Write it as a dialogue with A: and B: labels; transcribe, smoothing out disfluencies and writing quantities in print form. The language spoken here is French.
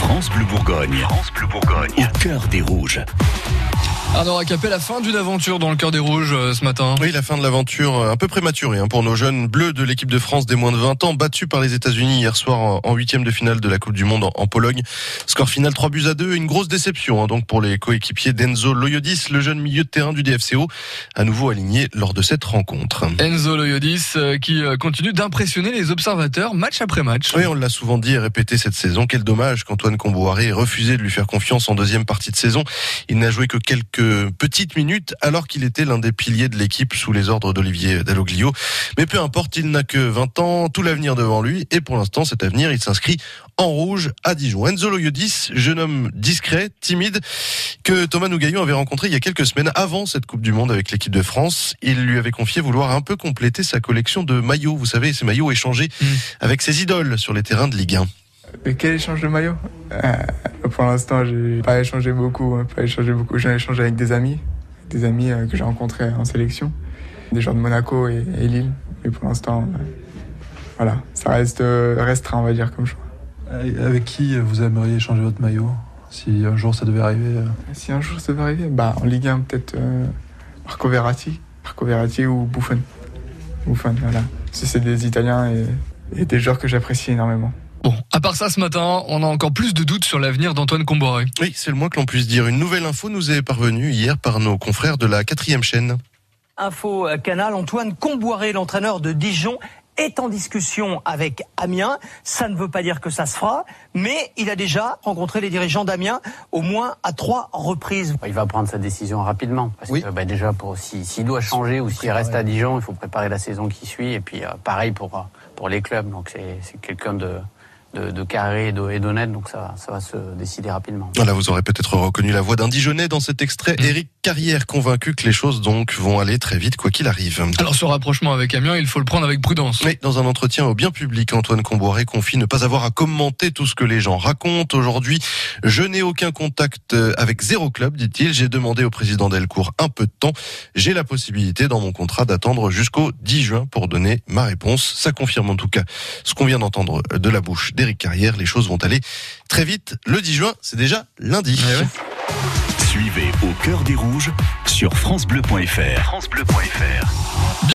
A: France Bleu Bourgogne. France Bleu Bourgogne. Au cœur des Rouges.
B: Arnaud Racapé, la fin d'une aventure dans le cœur des Rouges ce matin.
C: Oui, la fin de l'aventure un peu prématurée pour nos jeunes bleus de l'équipe de France des moins de 20 ans, battus par les États-Unis hier soir en huitième de finale de la Coupe du Monde en Pologne. Score final 3-2, une grosse déception donc pour les coéquipiers d'Enzo Loyodis, le jeune milieu de terrain du DFCO, à nouveau aligné lors de cette rencontre.
B: Enzo Loyodis qui continue d'impressionner les observateurs match après match.
C: Oui, on l'a souvent dit et répété cette saison. Quel dommage qu'Antoine Kombouaré ait refusé de lui faire confiance en deuxième partie de saison. Il n'a joué que quelques petites minutes alors qu'il était l'un des piliers de l'équipe sous les ordres d'Olivier Dalloglio. Mais peu importe, il n'a que 20 ans, tout l'avenir devant lui et pour l'instant cet avenir il s'inscrit en rouge à Dijon. Enzo Loyodis, jeune homme discret, timide, que Thomas Nougaillon avait rencontré il y a quelques semaines avant cette Coupe du Monde avec l'équipe de France. Il lui avait confié vouloir un peu compléter sa collection de maillots. Vous savez, ces maillots échangés avec ses idoles sur les terrains de Ligue 1.
D: Quel échange de maillot Pour l'instant, j'ai pas échangé beaucoup. J'en ai échangé avec des amis que j'ai rencontrés en sélection, des joueurs de Monaco et Lille. Mais pour l'instant, voilà, ça reste restreint, on va dire, comme choix.
E: Avec qui vous aimeriez échanger votre maillot si un jour ça devait arriver
D: Si un jour ça devait arriver, en Ligue 1 peut-être Marco Verratti ou Buffon, voilà. C'est des Italiens et des joueurs que j'apprécie énormément.
B: Bon, à part ça, ce matin, on a encore plus de doutes sur l'avenir d'Antoine Kombouaré.
C: Oui, c'est le moins que l'on puisse dire. Une nouvelle info nous est parvenue hier par nos confrères de la 4e chaîne.
F: Info Canal, Antoine Kombouaré, l'entraîneur de Dijon, est en discussion avec Amiens. Ça ne veut pas dire que ça se fera, mais il a déjà rencontré les dirigeants d'Amiens au moins à 3 reprises.
G: Il va prendre sa décision rapidement, parce que déjà, s'il doit changer ou s'il reste à Dijon, il faut préparer la saison qui suit, et puis pareil pour les clubs. Donc c'est quelqu'un de carré et d'honnête, donc ça va se décider rapidement.
C: Voilà, vous aurez peut-être reconnu la voix d'un Dijonais dans cet extrait. Éric Carrière, convaincu que les choses donc vont aller très vite quoi qu'il arrive.
B: Alors ce rapprochement avec Amiens, il faut le prendre avec prudence.
C: Oui, dans un entretien au bien public, Antoine Kombouaré confie ne pas avoir à commenter tout ce que les gens racontent. Aujourd'hui, je n'ai aucun contact avec 0 club, dit-il. J'ai demandé au président Delcourt un peu de temps. J'ai la possibilité dans mon contrat d'attendre jusqu'au 10 juin pour donner ma réponse. Ça confirme en tout cas ce qu'on vient d'entendre de la bouche d'Éric Carrière. Les choses vont aller très vite. Le 10 juin, c'est déjà lundi.
A: Suivez Au cœur des Rouges sur francebleu.fr.